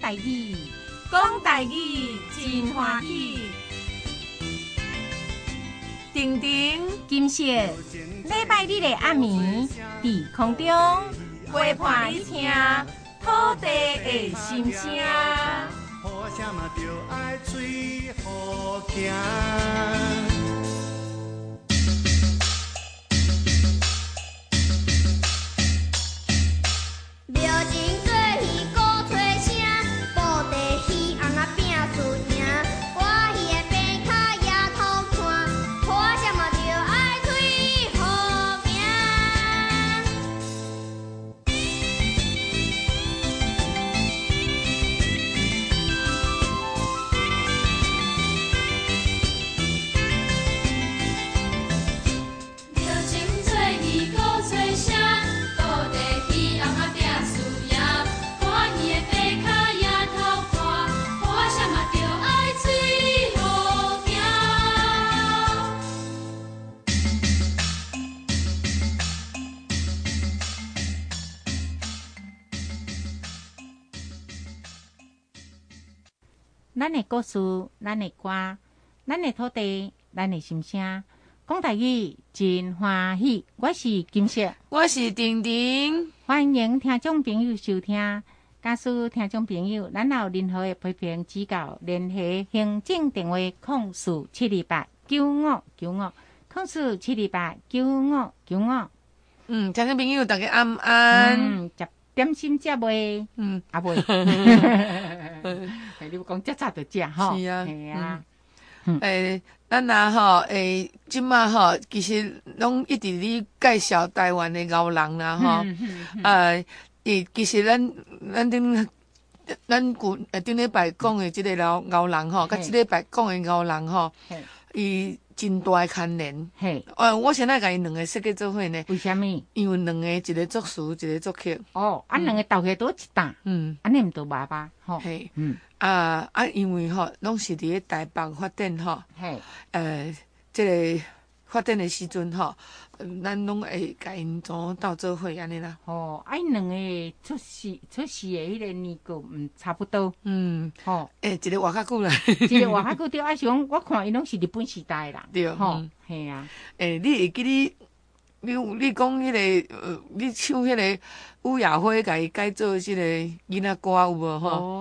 台语，讲台语真欢喜。婷婷、金色，礼拜日的暗暝，伫空中陪伴你听土地的心声。 好声嘛就爱吹好听。 咱的故事，咱的歌，咱的土地，咱的心声，讲台语真欢喜。我是金色， 我是婷婷， 欢迎听众朋友收听。假使听众朋友，咱有任何的批评指教，联系行政电话04789595，04789595。 听众朋友大家安安。 食点心食未？啊未。你讲遮早就食吼？ 是啊， 系啊。 咱若吼，即马吼，其实拢一直咧介绍台湾的牛人啦吼。其实咱顶礼拜讲的即个牛人吼，甲即礼拜讲的牛人吼，伊真大的牵连。我先来甲伊两个设计做伙呢。 为虾米？ 因为两个一个作词，一个作曲。 两个斗起倒一担。安尼毋都麻麻吼。 嘿。因为吼，拢是伫咧台北发展吼。即个发展的时阵吼，咱拢会甲因总斗做伙安尼啦。 因两个出世的迄个年纪差不多。 一个活较久啦。 一个活较久对，是讲我看伊拢是日本时代啦。 对。 嘿啊。 你会记你讲迄个你唱迄个乌雅辉，甲伊改做即个囡仔歌有无吼？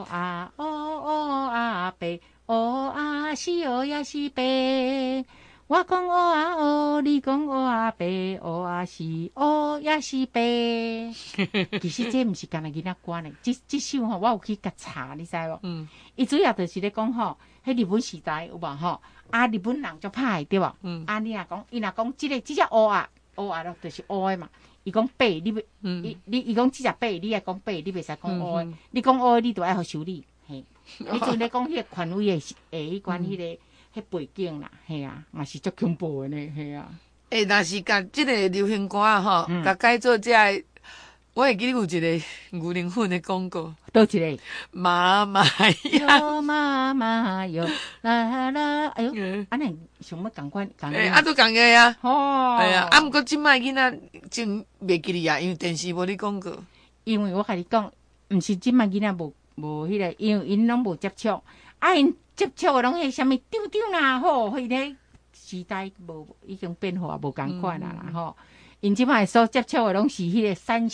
伯，是呀是伯。我讲你讲伯，是呀是伯。其实这毋是干那囡仔歌呢，这首吼我有去甲查，你知无？伊主要就是咧讲吼，迄日本时代有无吼？日本人足歹对无？你若讲，伊若讲这只咯，就是的嘛。伊讲伯，伊讲这只伯，你爱讲伯，你袂使讲的。你讲的，你就爱互修理。嘿，你阵咧讲迄个权威的迄关迄个迄背景啦，嘿啊，嘛是足恐怖的呢，嘿啊。 若是甲即个流行歌吼，甲改做这个，我会记得有一个牛奶粉的广告。 倒一个？ 妈妈哟，妈妈哟，啦啦，哎哟，安尼想要共款。 都共个呀。毋过即摆囡仔真袂记哩啊，因为电视无咧广告。 因为我甲你讲，毋是即摆囡仔无迄个，因为因拢无接触，因接触的拢迄啥物丢啦吼，迄个时代无已经变化无共款啦吼。因即摆所接触的拢是迄个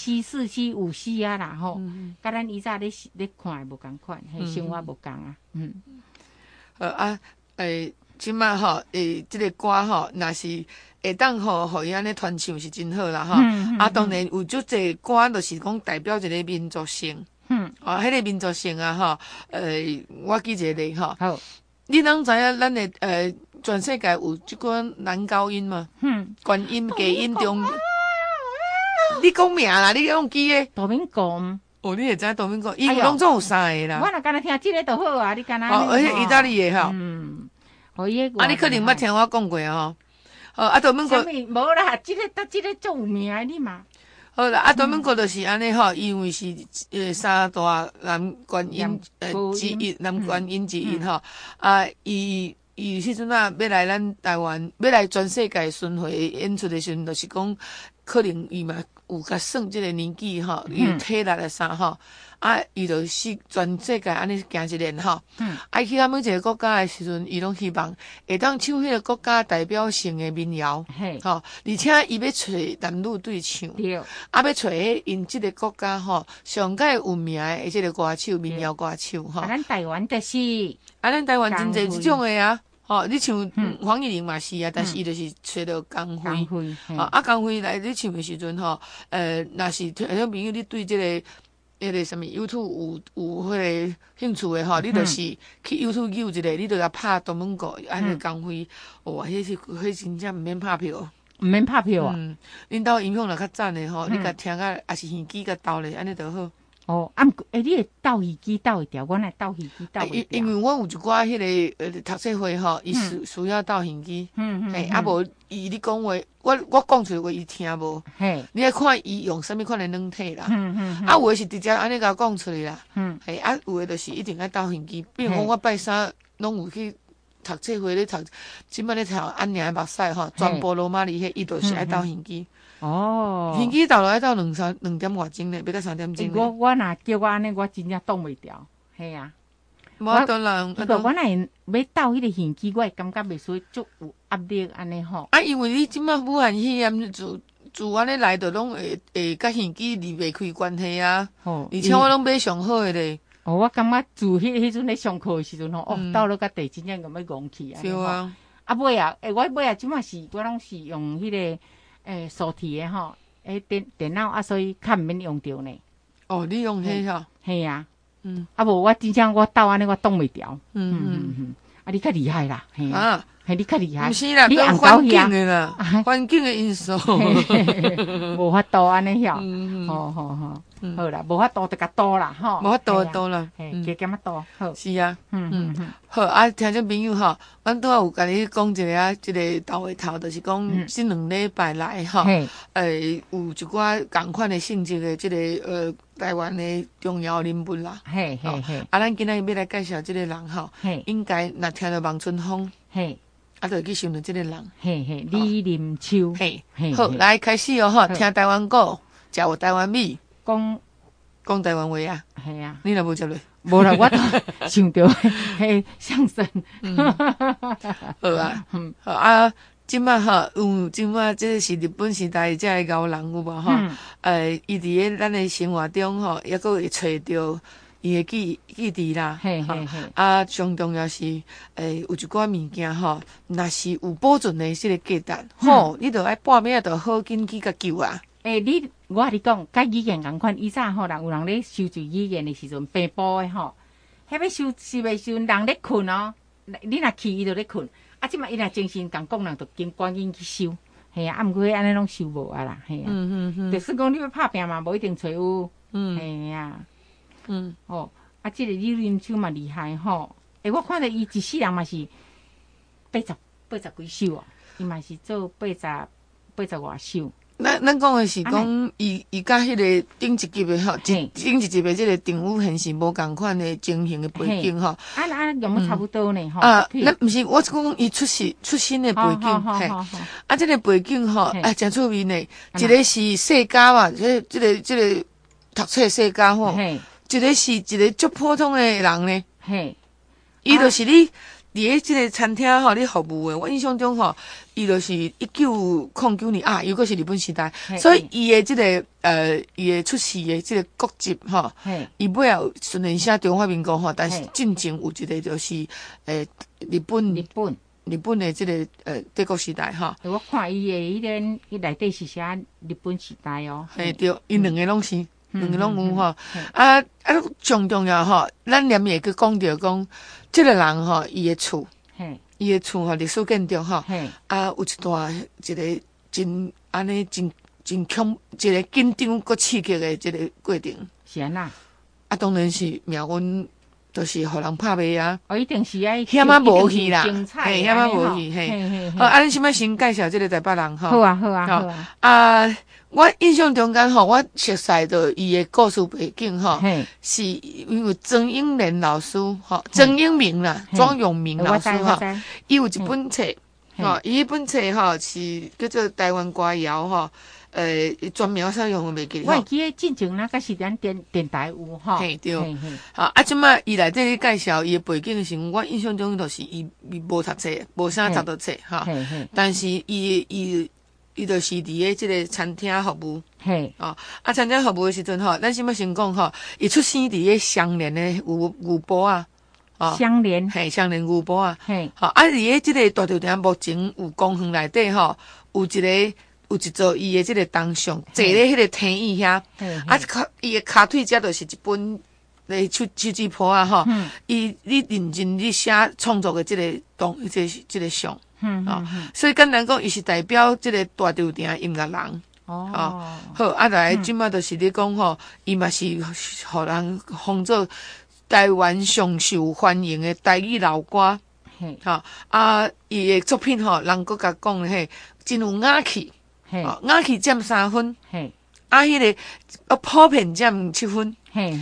3C、4C、5C啊啦吼，甲咱以前咧看的无共款，迄生活无共啊。 即摆吼，即个歌吼，若是会当互伊安尼传唱是真好啦吼。当然有足侪歌，就是讲代表一个民族性。迄个民族性啊吼，我举一个例吼。 好， 你拢知影咱的全世界有即款男高音嘛？观音、低音、中。你讲名啦，你用记诶？ 大明哥。 你会知大明哥？伊拢总有3个啦。 我若干那听即个就好啊，你干那？ 而且意大利诶吼。 你可能捌听我讲过吼。大明哥。 无啦，即个足有名诶，你嘛。 好啦，大明哥就是安尼吼，因为是三大男观音之一，男观音之一吼。伊迄阵要来咱台湾，要来全世界巡回演出的时阵，就是讲可能伊嘛有甲算即个年纪吼，伊体力的啥吼，伊就是全世界安尼行一年吼，去到每一个国家的时阵，伊拢希望会当唱迄个国家代表性的民谣，吼，而且伊要找男女对唱，要找迄因即个国家吼上界有名的即个歌手民谣歌手吼。 咱台湾就是， 咱台湾真侪即种的啊。你像黄义玲嘛是啊，但是伊就是找到江辉，江辉来你唱的时阵若是听众朋友你对迄个什么 YouTube 有迄个兴趣的你就是去 YouTube 搜一个，你就甲拍中文歌，安尼江辉，哇，迄真正毋免拍票， 毋免拍票啊！ 恁兜音响若较赞的你甲听啊，也是耳机甲斗咧，安尼就好。 你会斗耳机斗会调，我来斗耳机斗会调。 因为我有一寡迄个读册会伊需要斗耳机，无伊你讲话，我讲出来话伊听无，你要看伊用啥物款的软体啦，有的是直接安尼甲讲出来啦，有的就是一定要斗耳机。比如讲我拜三拢有去读册会咧读，即摆咧读安娘的目屎全部罗马里迄伊就是爱斗耳机。耳机斗落爱斗2点外钟咧，要到3点钟。 我若叫我安尼，我真正挡袂牢，系啊。 无当然， 我若要斗迄个耳机，我会感觉袂属于足有压力安尼吼。 因为你即摆武汉肺炎自安尼来，就拢会甲耳机离袂开关系啊。而且我拢买上好的咧。 我感觉自迄阵咧上课的时阵斗落甲地真正咁要戆去啊。 对啊。 尾啊，我尾啊，即摆是我拢是用迄个。手提的电脑所以较毋免用着呢。 你用迄个？ 系啊。无我真正我斗安尼我挡袂牢。你较厉害啦，系啊。你较厉害。 毋是啦，你环境的啦，环境的因素。 无法度安尼晓。好啦，无法度就甲多啦， 无法度就多啦， 加减啊多。好。 是啊。好听众朋友阮拄有甲你讲一个即个到位头，就是讲这2礼拜来有一寡共款的性质的即个台湾的重要人物啦。咱今仔日要来介绍即个人应该若听到望春风，就会去想到即个人。 李林秋。 好，来开始听台湾歌，食有台湾米，讲台湾话啊。 系啊。 你若无接落？ 无啦，我都想到相声。 好啊，即摆即摆这是日本时代这个高人有无伊伫咧咱的生活中抑佫会找到伊的记忆啦。上重要是有一寡物件若是有保存的这个价值，你就爱半暝就好紧去甲救啊。 我你讲，甲语言共款，以前有人咧收集语言的时阵，病煲的迄要收拾的时阵，人咧困你若去伊就咧困，即马伊若精神共讲，人就赶紧去收，系啊，毋过安尼拢收无啊啦，系啊，就是讲你要拍拼嘛，无一定找有，系啊，即个李林秋嘛厉害我看到伊一世人嘛是80几首啊，伊嘛是做80外首。 咱讲的是讲，伊甲迄个顶一集的顶一集的这个定武现是无共款的情形的背景有冇差不多呢？ 咱毋是，我讲伊出身的背景，这个背景真出名的，一个是世家嘛，这个读册世家一个是一个足普通的人呢，伊就是你。伫咧即个餐厅你服务的，我印象中伊就是1909年又阁是日本时代，所以伊的即个伊的出世的即个国籍伊尾后顺连写中华民国但是进前有一个就是日本的即个帝国时代我看伊的伊内底是写日本时代对，伊两个拢是。两个拢有上重要咱连夜去讲着讲，这个人伊的厝，历史建筑有一段一个真安尼真恐一个紧张搁刺激的这个过程。 是安那？ 当然是命运，就是互人拍卖啊。 一定是爱险无去啦，险无去咱先先介绍这个台北人好啊。 我印象中间我熟悉到伊的故事背景是因为曾英莲老师曾英明啦，庄永明老师伊有一本册伊迄本册吼是叫做《台湾歌谣》吼，专名我使用袂记我会记得进前那个是咱电台有吼。 嘿对， 嘿嘿即摆伊内底咧介绍伊的背景时，我印象中就是伊无读册，无啥读到册哈。但是伊就是伫咧即个餐厅服务。 嘿。 餐厅服务的时阵吼，咱先要先讲吼，伊出生伫咧双连的牛埔啊。 双连。 嘿，双连牛埔啊。 嘿。 伫咧即个大稻埕目前有公园内底吼，有一座伊的即个铜像，坐咧迄个天椅遐。伊的骹腿遮就是一本手指谱啊吼。你认真你写创作的即个像。所以简单讲，伊是代表即个大稻埕音乐人。好，来即摆就是咧讲吼，伊嘛是互人封做台湾上受欢迎的台语老歌。伊的作品吼，人佫甲讲嘿，真有雅气。雅气占3分，迄个普遍占7分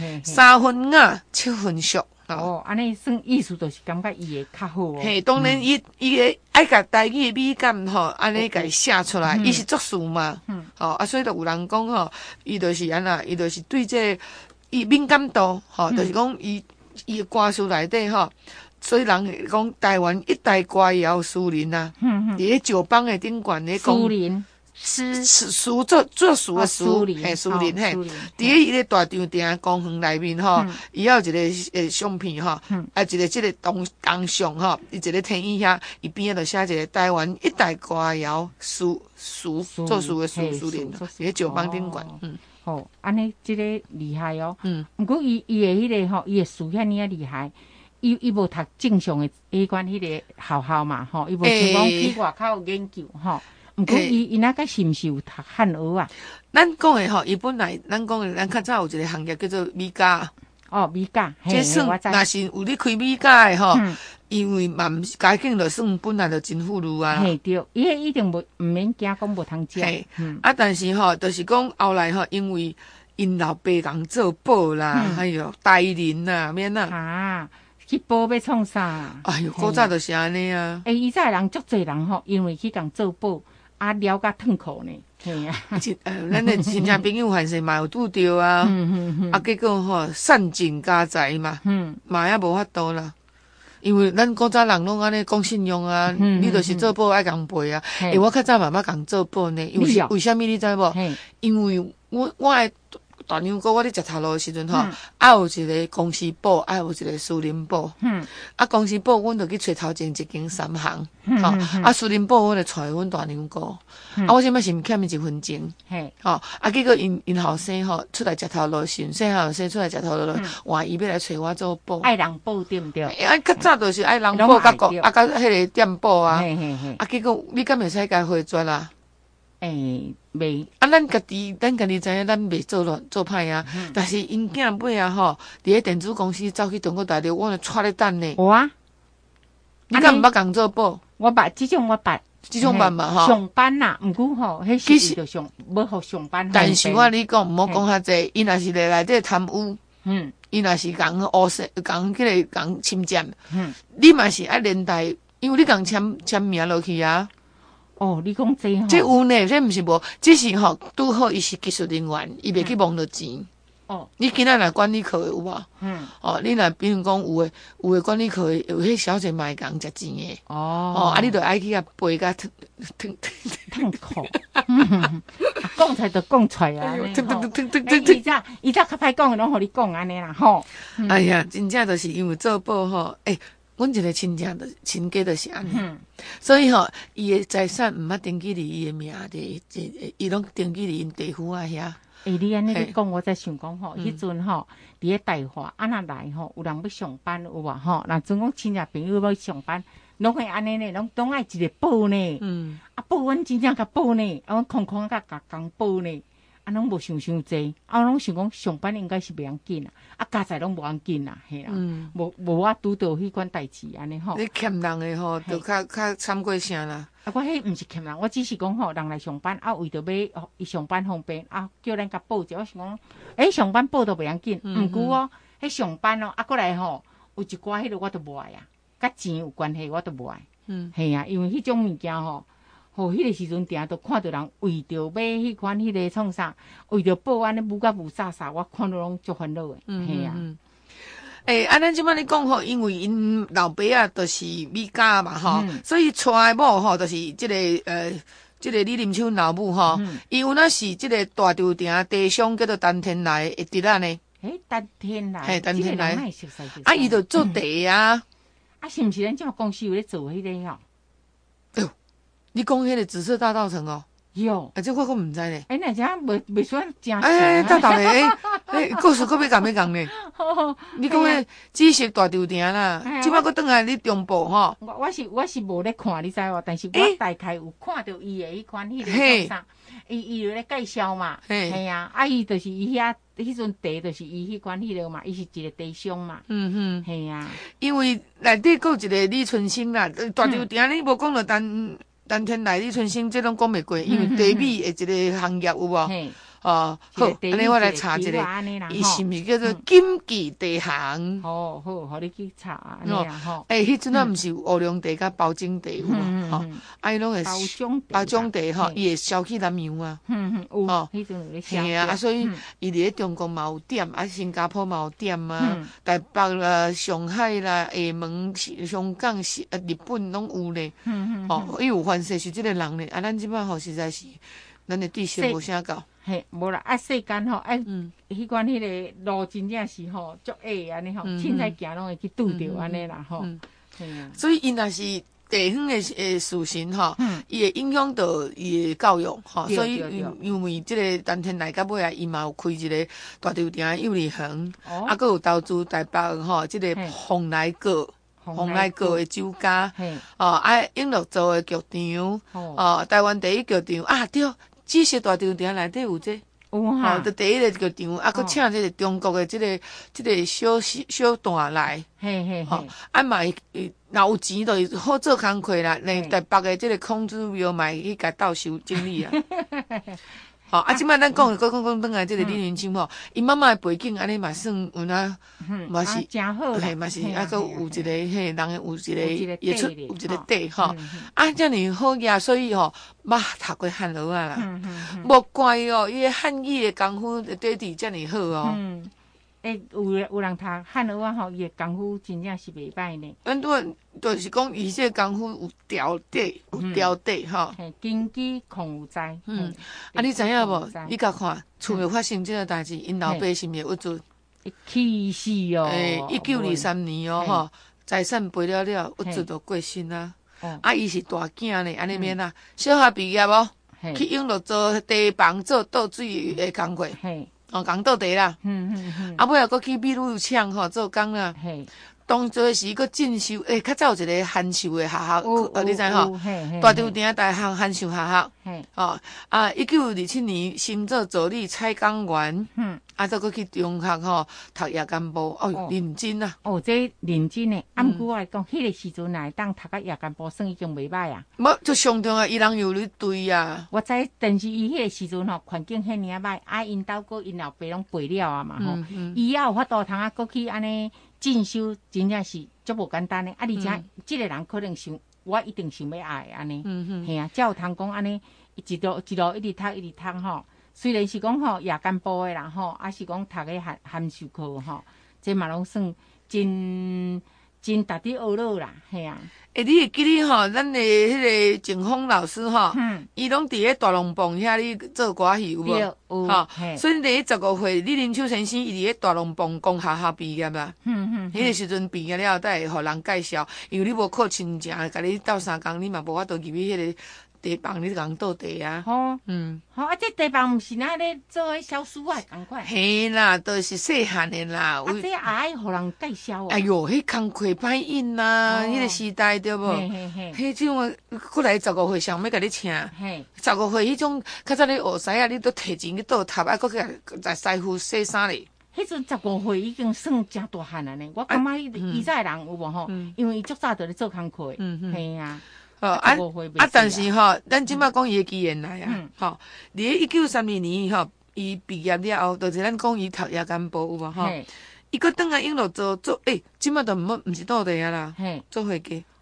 ，3分雅，7分俗。 安尼算意思就是感觉伊会较好。 当然伊个爱甲台语的美感吼，安尼甲伊写出来，伊是作词嘛，所以就有人讲吼，伊就是安那，伊就是对这伊敏感度吼，就是讲伊的歌词内底吼，所以人会讲台湾一代歌谣诗人啊，伫咧酒邦的顶悬咧讲。诗作词的诗，诗人嘿，伫咧伊个大稻埕公园内面吼，伊有一个相片吼，一个即个铜像吼，伊一个天椅遐，伊边仔就写一个台湾一代歌谣作词的诗人，伫咧酒邦顶悬。 安尼即个厉害哦。毋过伊的迄个吼，伊的诗遐尼啊厉害。伊无读正常的迄款迄个校嘛吼，伊无像讲去外口研究吼。毋过伊那个是毋是有读汉学啊？ 咱讲的吼，伊本来咱讲的，咱较早有一个行业叫做米家。 米家， 这算若是有咧开米家的吼，因为嘛家境就算本来就真富裕啊。 嘿对，伊迄一定无毋免惊讲无通食。 但是吼，就是讲后来吼，因为因老爸共做保啦，还有代人啦，免啦。 去保要创啥？ 哎哟，古早就是安尼啊。 以前人足侪人吼，因为去共做保。了甲痛苦呢，嘿啊！ 咱的亲戚朋友还是嘛有拄着啊，结果吼散尽家财嘛，嘛也无法度啦。因为咱古早人拢安尼讲信用啊，你就是做保爱共赔啊。我较早嘛捌共做保呢，为什么你知无？因为我的大娘哥，我咧食头路的时阵吼，有一个公司保，有一个私人保。公司保，阮就去找头前一间3行。私人保，我就带阮大娘哥。我现在是毋欠伊1分钱。结果因后生吼出来食头路时，细后生出来食头路，换伊要来找我做保。 爱人保对毋对？ 较早就是爱人保，甲迄个店保啊。结果你敢会使甲回绝啦？ 袂咱家己知影，咱袂做歹啊。但是因囝尾啊吼，伫咧电子公司走去中国大陆，我就带咧等呢。你敢毋捌共做保？ 我捌，即种我捌。 即种捌嘛吼。 上班啦，毋过吼，迄时就要互上班。 但是我你讲，毋好讲遐济，伊若是内底贪污，伊若是共乌色，共迄个共侵占，你嘛是爱连带，因为你共签名落去啊。 你讲这吼？ 这有呢，这毋是无，只是吼拄好伊是技术人员，伊袂去摸着钱。你今仔若管理课有无？你若比如讲有诶管理课有迄小姐嘛会共食钱诶。你着爱去甲背甲痛苦。讲出来就讲出来啊！伊早较歹讲，拢互你讲安尼啦吼。 哎呀，真正就是因为做保吼，阮一个亲家就是安尼，所以吼，伊的财产毋捌登记伫伊的名伊拢登记伫因地府啊遐。 你安尼咧讲，我在想讲吼，迄阵吼，伫咧台华若来吼，有人要上班有无吼？若阵讲亲戚朋友要上班，拢会安尼呢，拢爱一个保呢。保阮真正甲保呢，阮空空甲共保呢。拢无想济，拢想讲上班应该是袂要紧啦，家财拢无要紧啦，嘿啦，无我拄到迄款代志安尼吼。 你欠人诶吼，就较惨过啥啦？ 我迄毋是欠人，我只是讲吼，人来上班为着要伊上班方便叫咱甲报者，我想讲，上班报都袂要紧，毋过迄上班过来吼，有一寡迄个我都无爱啊，甲钱有关系我都无爱。 嘿啊，因为迄种物件吼，迄个时阵定都看到人为着买迄款迄个创啥，为着保安咧舞甲舞飒飒，我看到拢足烦恼诶，嘿啊。 咱即摆咧讲吼，因为因老爸啊，都是美甲嘛吼，所以娶的某吼，就是即个即个李林秋老母吼，伊有那是即个大稻埕地上叫做丹天来的直仔呢。 丹天来， 嘿，丹天来，伊就做地啊。 是毋是咱即马公司有咧做迄个吼？ 哎呦，你讲迄个紫色大稻城哦？ 有， 这我毋知咧。 那这样袂算真。 大稻咧，故事佫要讲呢。你讲迄紫色大稻埕啦，即摆佫转来你中部吼。 我是无咧看，你知无？但是我大概有看到伊的迄款迄个啥，伊有咧介绍嘛，嘿啊，伊就是伊遐迄阵地，就是伊迄款迄个嘛，伊是一个地商嘛，嘿啊。因为内底佫有一个李春生啦，大稻埕你无讲到丹天来李春生，这拢讲袂过，因为地米的一个行业有无？好，安尼我来查一下，伊是毋是叫做金记地行？ 好，互你去查安尼啦吼。 迄阵啊，毋是乌龙地甲包种地有无？吼，伊拢会包种地吼，伊会销去南洋啊。 有，迄阵有咧销。 嘿啊，所以伊伫咧中国嘛有店，新加坡嘛有店啊，台北啦、上海啦、厦门、香港、日本拢有咧。伊有翻译是即个人咧，咱即摆吼实在是，咱的知识无啥够。 嘿，无啦，世间吼，迄款迄个路真正是吼，足矮安尼吼，凊彩行拢会去拄着安尼啦吼。 所以因若是地方的事情吼，伊会影响到伊的教育吼。所以因为即个丹天来到尾啊，伊嘛有开一个大稻埕幼儿园，佫有投资台北吼，即个蓬莱阁的酒家，永乐做的剧场，台湾第一剧场啊对。紫色大稻埕内底有这，就第一个剧场，佫请这个中国的这个小段来，嘛若有钱就好做工课啦。台北的这个孔子庙嘛去甲斗收经理啊。即摆咱讲转来这个李云清吼，伊妈妈的背景安尼嘛算有那，嘛是真好啦， 嘛是佫有一个人有一个也出有一个底吼，遮尔好呀，所以吼，捌读过汉语啊啦，无怪哦，伊的汉语的功夫底底遮尔好哦。 有人读汉语啊吼，伊的功夫真正是袂歹呢。 咱就是讲伊这功夫有条底，吼。 经济控有在。 你知影无？你甲看，厝内发生这个代志，因老爸是毋是郁卒？ 气死哦 ！1923年哦，吼，财产赔了，郁卒就过身啊。伊是大囝呢，安尼免啊。小学毕业无？去永乐做堤防做倒水的工课。讲倒地啦，尾啊，佫去秘鲁厂吼做工啦。当做时佫进修，较早有一个函授的学校，你知吼？大稻埕大学函授学校。1927年升做助理采工员。再佫去中学吼读夜间部，认真啊！ 这认真诶。毋过我来讲，迄个时阵来当读个夜间部，算已经袂歹啊。 就上重啊，伊人有咧对啊。 我知，但是伊迄个时阵吼，环境遐尔歹，因兜佫因老爸拢陪了啊嘛吼。伊也有法度通佫去安尼进修，真正是足无简单诶。而且即个人可能想，我一定想要爱安尼。嘿啊，才有通讲安尼，一路一直读吼。虽然是讲吼夜间部的人吼，还是讲读个函授课吼，这嘛拢算真值得学了啦，嘿啊。 你会记得吼，咱的迄个景峰老师吼，伊拢伫咧大龙泵遐里做歌戏有无？吼，所以伫15岁，李林秋先生伊伫咧大龙泵工学校毕业啦。迄个时阵毕业了，才会互人介绍，因为你无靠亲情，甲你斗相共，你嘛无法度入去迄个。地房你共倒地啊？ 这地房毋是咱咧做迄小书啊，共款。 嘿啦，都是细汉的啦。 这也爱互人介绍哦。 哎哟，迄工课歹印呐，迄个时代对无？迄种过来15岁上要甲你请。15岁迄种较早咧学师啊，你都摕钱去倒读啊，佮在师傅洗衫咧。 迄阵15岁已经算真大汉了呢。我感觉以前人有无吼？因为伊足早就咧做工课的。嘿啊。 但是吼，咱即摆讲伊的基因来啊，伫咧1932年吼，伊毕业了后，就是咱讲伊读夜间部有无吼？伊佫转来永乐做，即摆都毋是倒地啊啦，做会计。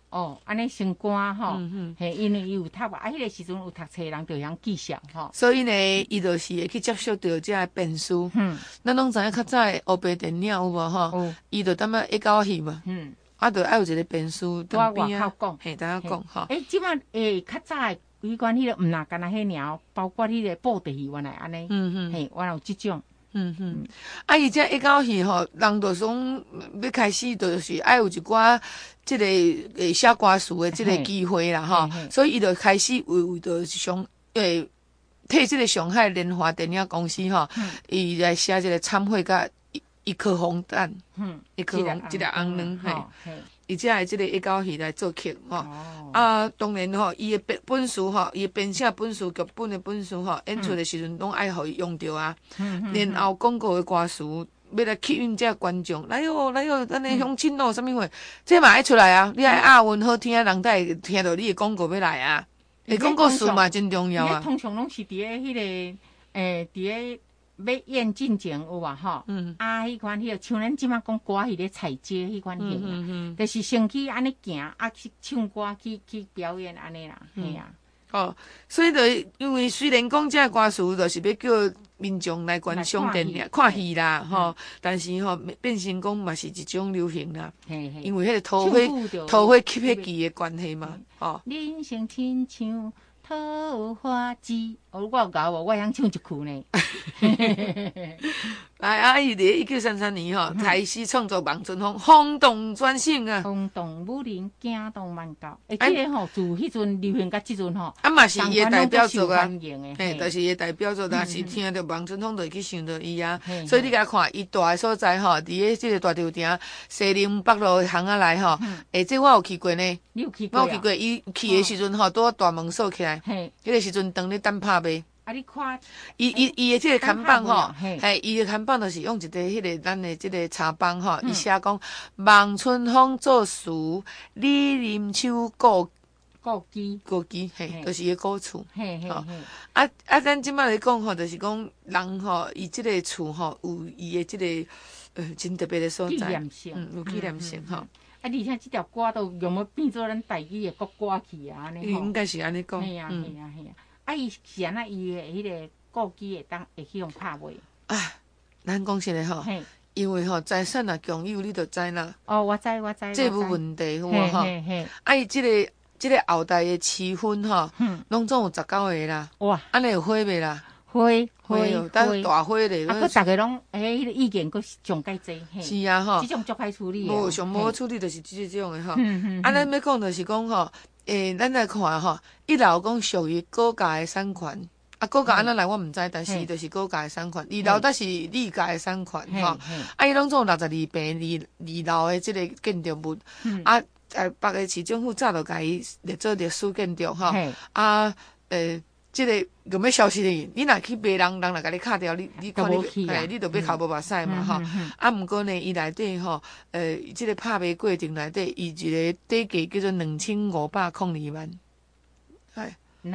哦，安尼升官吼，嘿，因为伊有读啊，迄个时阵有读册人就会晓记上吼。 所以呢，伊就是会去接触到这变数。咱拢知影较早的黑白电影有无吼？伊就踮咧一九戏嘛。啊，就爱有一个变数当边啊。嘿，大家讲吼。 即摆较早的有关迄个毋若干那迄尔，包括迄个布袋戏原来安尼。嘿，原来有即种。 啊，伊这一九戏吼，人就讲要开始就是爱有一寡即个写歌词的即个机会啦吼，所以伊就开始为着上替即个上海联华电影公司吼，伊来写即个参会甲一颗红蛋，一颗红一粒红卵嘿。伊才会即个一九戏来做曲吼，啊，当然吼，伊的本事吼，伊的编写本事、剧本的本事吼，演出的时阵拢爱互伊用着啊。然后广告的歌词要来吸引这观众，来哟来哟，咱的乡亲咯，啥物货，这嘛爱出来啊！你爱押韵好听，人才会听到你的广告要来啊。广告词嘛真重要啊。 通常拢是伫咧迄个伫咧。要演进前有啊吼，迄款迄个像咱即马讲歌戏咧采接迄款戏，就是先去安尼行，啊去唱歌去表演安尼啦，嘿啊。 哦，所以就因为虽然讲这歌词就是要叫民众来观赏电影、看戏啦，吼，但是吼变成讲嘛是一种流行啦，因为迄个桃花吸迄期的关系嘛，吼。 人生亲像桃花枝，我有教无？我会晓唱一句呢。 来，啊，伊伫1933年吼，开始创作《望春风》，轰动全省啊！ 轰动武林，惊动万教。即个吼，自迄阵流行到即阵吼， 嘛是伊的代表作啊。 嘿， 就是伊的代表作，但是听到《望春风》就会去想到伊啊。所以你甲看，伊大的所在吼，伫咧即个大潮埕西宁北路巷仔内吼，这我有去过呢。 你有去过？ 我有去过，伊去的时阵吼，拄大门锁起来，迄个时阵当咧等拍卖。 啊！你看， 伊的即个看板吼，嘿，伊的看板就是用一个迄个咱的即个茶帮吼，伊写讲望春风作词，李林秋故居，嘿，就是伊个故厝。咱即摆来讲吼，就是讲人吼，伊即个厝吼有伊的即个真特别的所在， 纪念性， 有纪念性吼。啊， 而且即条歌都用要变做咱台语的国歌去啊，安尼吼。 应该是安尼讲。 嘿啊。啊，伊是安那伊的迄个故居会去用拍卖。啊， 咱讲实嘞吼，因为吼财产啊共有，你就知啦。 哦，我知。 这无问题，有无吼？啊，伊即个后代的气氛吼，拢总有19个啦。哇，安尼有花袂啦？ 花哦，但大花咧。 啊，佮逐个拢迄个意见佮上介济。 是啊吼， 即种足歹处理。 无上无处理，就是即种的吼。啊，咱要讲就是讲吼。咱来看吼，伊老讲属于高价的产权，啊，高价安怎来我毋知，但是就是高价的产权，二楼则是李家的产权吼，啊，伊拢总62坪二楼的即个建筑物，啊，北个市政府早就甲伊列做历史建筑吼，啊，即个用要消失的，你若去买人若甲你卡掉，你看你就要哭无目屎嘛吼。啊，毋过呢，伊内底吼，即个拍卖过程内底，伊一个底价叫做2502万， 哎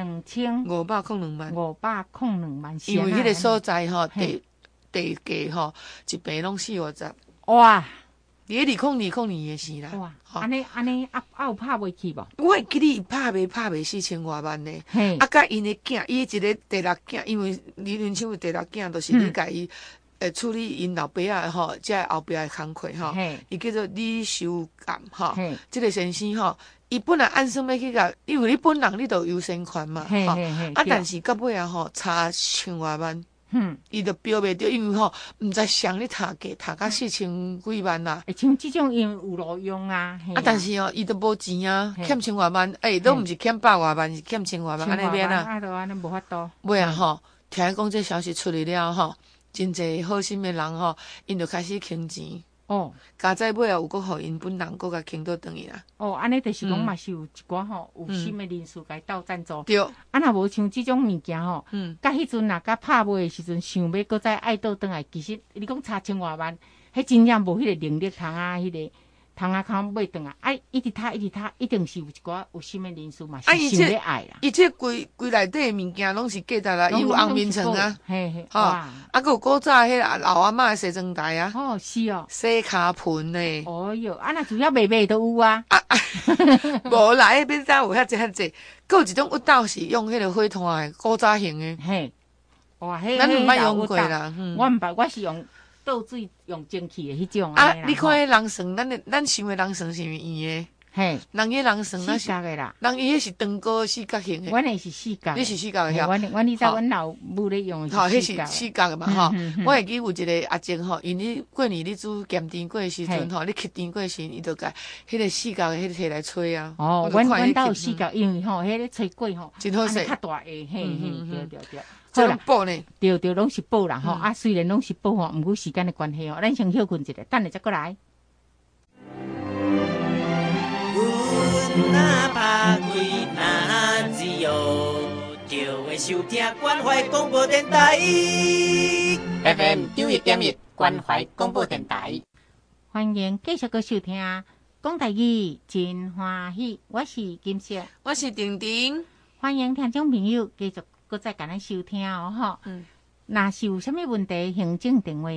，2502万， 因为迄个所在吼，地价吼，一平拢40-50。 哇！ 伫咧2002的事啦。 哇，安尼有拍袂起无？ 我会记得伊拍卖4000多万呢。啊，甲因的囝，伊一个第六囝，因为李林秋第六囝，就是你甲伊处理因老爸仔吼，即后壁的工课吼，伊叫做李修干吼。即个先生吼，伊本来按算要去甲，因为你本人你都有优先权嘛，吼。啊，但是到尾啊吼，差1000多万。伊就标袂着，因为吼，毋知谁咧读价，读到4000几万啦。 像即种因有路用啊。 啊，但是哦，伊都无钱啊，欠1000多万，都毋是欠100多万，是欠1000多万，安尼免啊。 啊，都安尼无法度。 尾啊吼，听讲这消息出来了吼，真侪好心的人吼，因就开始倾钱。哦，加在尾啊，有搁互因本人搁甲倾倒转去啦。 哦，安尼就是讲嘛是有一寡吼有心的人士甲伊斗赞助。 对。 啊，若无像即种物件吼，甲迄阵若甲拍卖的时阵，想要搁再爱倒转来，其实你讲差1000多万，迄真正无迄个能力通啊，迄个窗仔口买转啊，一直读，一定是有一寡有心的人士嘛，是想要爱啦。 伊这规内底的物件拢是假的啦，伊有红面床啊， 嘿嘿， 吼，啊，佮有古早迄老阿嬷的洗床台啊， 哦，是哦， 洗骹盆呢。 哦哟，啊，那主要卖都有啊。 无啦，迄边早有遐济，佮有一种熨斗是用迄个火炭的古早型的， 嘿，哇，迄咱毋捌用过啦。 我毋捌，我是用倒水用蒸汽的迄种啊，你看迄人绳，咱想的人绳是圆的， 嘿， 人迄人绳那四角的啦， 人伊迄是长高四角形的。 阮的是四角， 你是四角的遐。阮你知阮老母咧用的是四角， 迄是四角的嘛吼。我会记有一个阿姐吼，因你过年你煮咸甜粿的时阵吼，你吸甜粿时，伊就甲迄个四角的迄个摕来吹啊。 哦，阮兜有四角，因为吼，迄个吹粿吼， 真好势， 较大个，嘿嘿，对。 好啦，布呢？ 对，拢是布啦吼。啊，虽然拢是布吼，毋过时间的关系吼，咱先休困一下，等下再过来。 阮若拍开若自由，就会收听关怀广播电台 FM 91.1关怀广播电台。 欢迎继续收听讲台语真欢喜，我是金色， 我是婷婷。 欢迎听众朋友继续搁再甲咱收听哦吼。若是有啥物问题，行政电话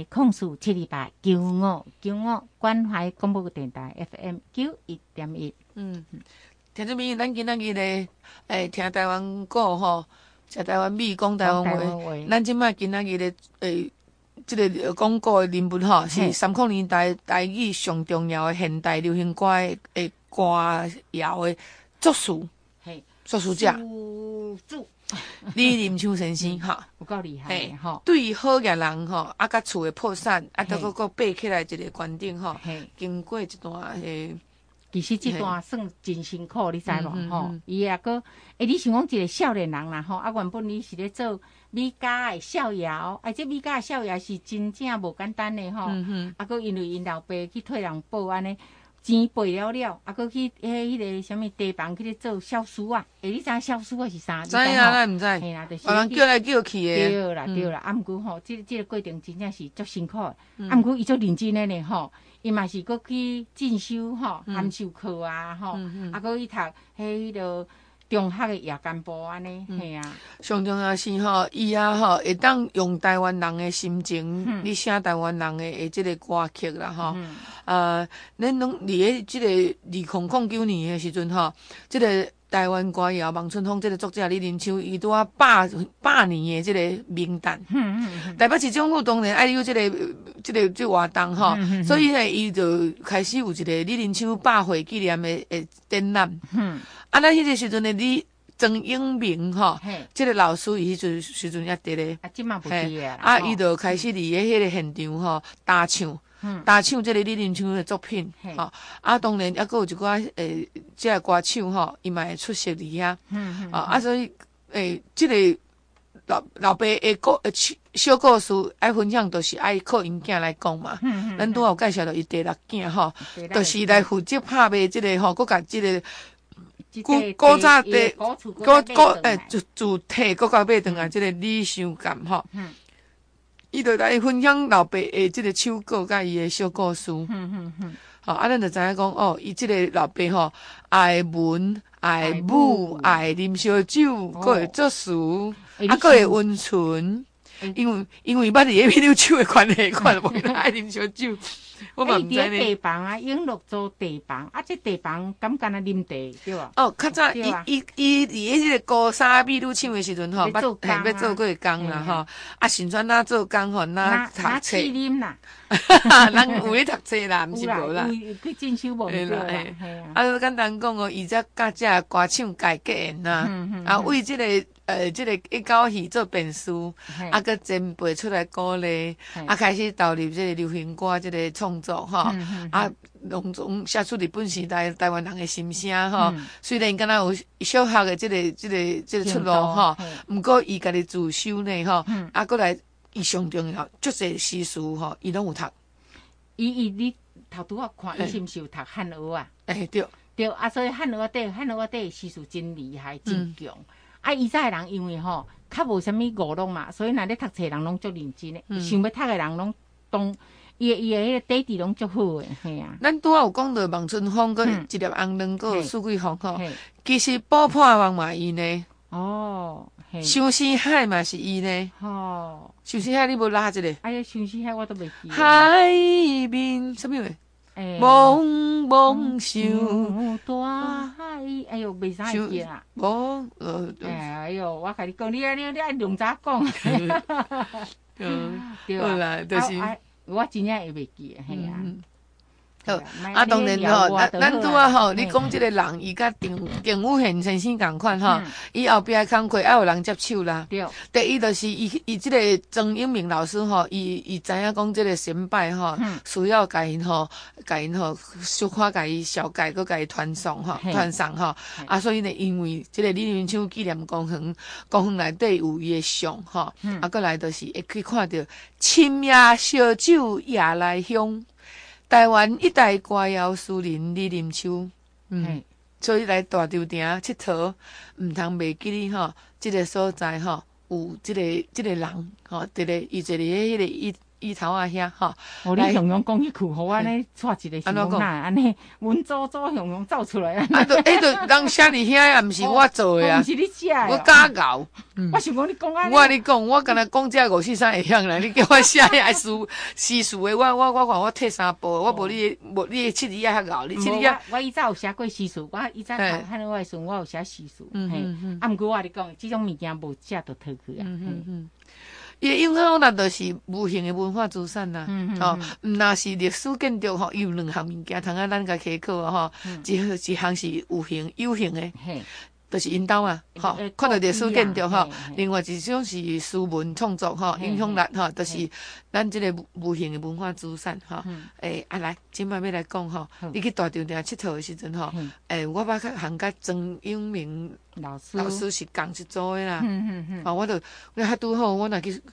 04789595关怀广播电台 FM 91.1。 听众朋友，咱今仔日咧，听台湾歌吼，食台湾米，讲台湾话。咱即摆今仔日咧，即个广告的人物吼，是30年代台语上重要的现代流行歌的歌谣的作词，作词者。李林秋先生吼， 有够厉害吼！ 对于好业人吼，啊，甲厝的破产，啊，都个爬起来一个观点吼，经过一段其实这段算真辛苦，你知无吼？伊也个，你想讲一个少年人啦吼，啊，原本你是咧做米家的逍遥，这米家的逍遥是真正无简单的吼，啊，个因为因老爸去替人报安尼。钱赔了，啊，搁去迄个什么地方去咧做小叔啊？你知小叔啊是啥？ 知影咱毋知。 嘿啦，就是人叫来叫去的。 对啦，啊，毋过吼，这个过程真正是足辛苦的。啊，毋过伊足认真的呢吼，伊嘛是搁去进修吼，函授课啊吼，啊，搁去读迄个中学的夜间部安尼，嘿啊。 上重要是吼，伊吼会当用台湾人的心情，你写台湾人的即个歌曲啦吼。咱拢伫咧即个2009年的时阵吼，即个台湾歌谣望春风即个作者李林秋，伊拄啊百年的即个名单。台北市政府当然爱有即个活动吼，所以呢，伊就开始有一个李林秋100岁纪念的展览。啊，咱迄个时阵的曾永明吼，即个老师伊迄时阵也伫咧， 即嘛不伫啊。 啊，伊就开始伫咧迄个现场吼打唱。即个李林秋的作品，吼啊，当然还佫有一寡即个歌手吼，伊嘛会出席伫遐，啊，所以即个老爸的小故事爱分享，都是爱靠因囝来讲嘛。咱拄有介绍到伊第6囝吼，就是来负责拍卖即个吼，佫甲即个古早的主体佫甲买转来即个李修感吼。伊就来分享老爸的即个手稿甲伊的小故事。好，啊，咱就知影讲哦，伊即个老爸吼爱文爱武爱啉烧酒，佫会作词，啊，佫会温存。因为捌伫咧米酒酒的关系，看就无爱啉烧酒。我嘛毋知呢。 地房啊，永乐做地房啊，这地房敢干那啉茶对吧？ 哦，较早伊伫咧即个高沙米女唱的时阵吼，要做过的工啦吼。啊，顺转哪做工吼，哪读册。 啉啦， 人有咧读册啦，毋是无啦。 去进修无对啦。 啊，简单讲哦，伊才甲这歌唱界结缘啦。啊，为即个即个一九戏做辩士，啊，佮前辈出来鼓励，啊，开始投入即个流行歌即个创作吼，啊，拢总写出日本时代台湾人的心声吼。虽然敢若有小学的即个出路吼，毋过伊家己自修呢吼，啊，过来伊上重要，足侪诗词吼，伊拢有读。 你头拄仔看，伊是毋是有读汉学啊？对啊，所以汉学底诗词真厉害，真强。啊，以前的人因为吼较无啥物娱乐嘛，所以若咧读册人拢足认真诶。想要读的人拢伊的迄个底底拢足好诶，嘿啊。 咱拄仔有讲到望春风，佮一粒红卵，佮有四季风吼。其实爆破王嘛伊呢。 哦，嘿。 相思海嘛是伊呢。 哦。 相思海你无拉一个？ 哎呀，相思海我都袂记。 海面什么话？茫茫想大海，哎哟，袂使记啊。哎哟，我甲你讲，你爱两早讲。对好啦，就是。 我真正会袂记，嘿啊。 好，当然吼，咱拄仔吼，你讲即个人，伊甲丁武宪先生共款吼，伊后壁工课爱有人接手啦。对。第一就是伊即个曾永明老师吼，伊知影讲即个先辈吼，需要甲因吼小可甲伊小改，佮甲伊传送吼，啊，所以呢，因为即个李云秋纪念公园内底有伊的像吼，啊，过来就是会去看到深夜烧酒夜来香。台湾一代歌谣诗人李林秋，所以来大稻埕佚佗，毋通袂记哩吼，即个所在吼有即个人吼，伊坐伫迄个伊头啊遐吼。 哦，你雄雄讲迄句，互我安尼带一个形容哪安尼，文绉绉雄雄走出来啊！ 啊，人写伫遐也毋是我做的啊， 毋是你写的， 我假咬。 我想讲你讲安尼。 我你讲，我敢若讲这543会晓啦，你叫我写遐诗词的，我退3步，我无你的七字仔遐咬，你七字仔。 我以前有写过诗词，我以前汉我的时阵，我有写诗词，啊，毋过我你讲，即种物件无写就脱去啊。 伊影响咱就是无形的文化资产啦，毋若是历史建筑吼，伊有2项物件，通啊咱甲考考吼，一项是有形的。就是引导啊，吼，看到历史建筑吼，另外一种是诗文创作吼，影响力吼，就是咱即个无形的文化资产吼。来，今摆要来讲吼，你去大稻埕佚佗的时阵吼，我捌甲曾永明老师是共一组的啦。我较拄好，我若去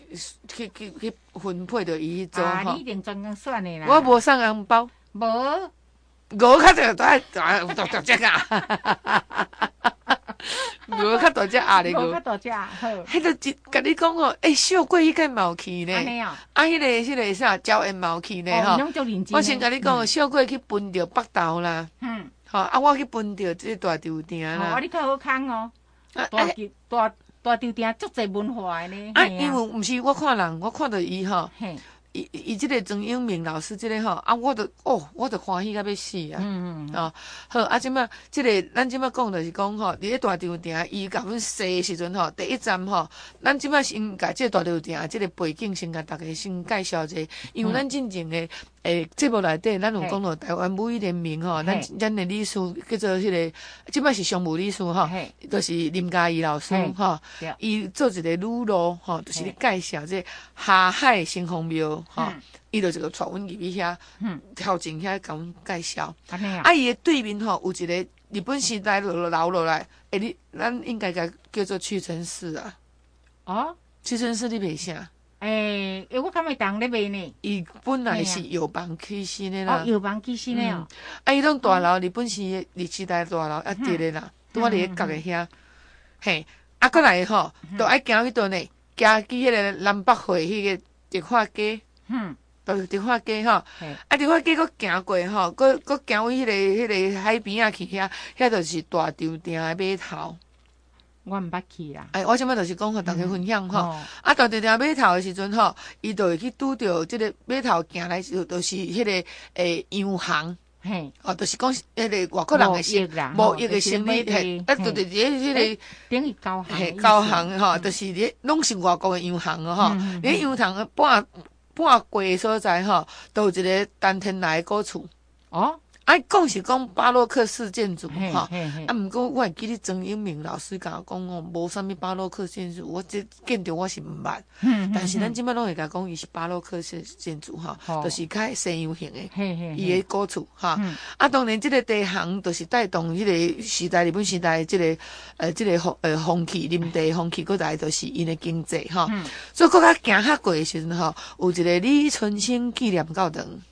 分配着伊组吼。 你一定专工选的啦。 我无送红包。 无。 我较大只啊！我较大只鸭咧， 我较大只，好。 迄个甲你讲哦，小鬼迄个嘛有去呢，迄个啥招烟嘛有去呢吼。我先甲你讲，小鬼去分着北投啦，吼我去分着即大稻埕啦。 你较好康哦，大稻埕足侪文化的呢。 因为毋是我看人，我看到伊吼。伊即个曾永明老师即个吼，我就欢喜甲要死啊！好，即摆即个咱即摆讲就是讲吼，伫咧大稻埕，伊甲阮说的时阵吼，第一站吼，咱即摆先甲即个大稻埕即个背景先甲大家先介绍者，因为咱进前的节目内底，咱有讲到台湾母语联名吼，咱的理事叫做迄个，即摆是常务理事吼，就是林嘉怡老师吼，伊做一个语录吼，就是咧介绍这下海新丰庙。伊就一个带阮入去遐，头前遐甲阮介绍。伊的对面吼有一个日本时代留落来，咱应该甲叫做屈臣氏啊。哦，屈臣氏你袂啥？ 我敢会当咧卖呢。 伊本来是药房起身的啦。 药房起身的哦。 伊拢大楼，日本时代大楼啊，伫咧啦，拄啊伫咧角的遐。嘿，过来吼，都爱行迄段呢，行去迄个南北汇迄个迪化街。就是迪化街吼，迪化街佫行过吼，佫行往迄个海边啊去遐就是大稻埕的码头。 我毋捌去啦。 我即摆就是讲互大家分享吼。大稻埕码头的时阵吼，伊就会去拄着即个码头行来就是迄个洋行。就是讲迄个外国人的贸易的生意，就是迄个等于交行。 交行吼，就是咧拢是外国的洋行哦吼。咧洋行半过的所在吼，都有一个单天来的古厝。讲是讲巴洛克式建筑吼，毋过我会记得曾永明老师甲我讲哦，无啥物巴洛克建筑，我这建筑我是毋捌，但是咱即摆拢会甲讲伊是巴洛克式建筑吼，就是较西洋型的，伊的古厝哈。当然即个地行就是带动迄个时代日本时代即个风气，林地风气过来就是因的经济哈。所以搁较行较过的时阵吼，有一个李春生纪念教堂。